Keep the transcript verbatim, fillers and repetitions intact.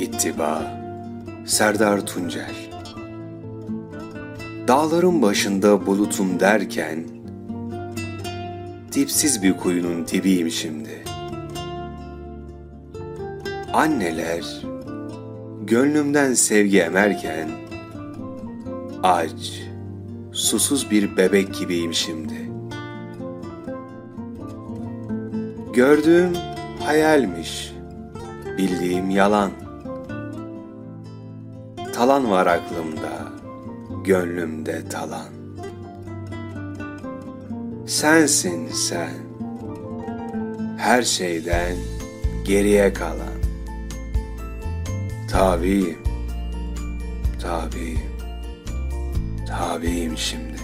İttiba Serdar Tuncel. Dağların başında bulutum derken, dipsiz bir kuyunun dibiyim şimdi. Anneler gönlümden sevgi emerken, aç, susuz bir bebek gibiyim şimdi. Gördüğüm hayalmiş, bildiğim yalan. Talan var aklımda, gönlümde talan. Sensin sen, her şeyden geriye kalan. Tabiyim, tabiyim, tabiyim şimdi.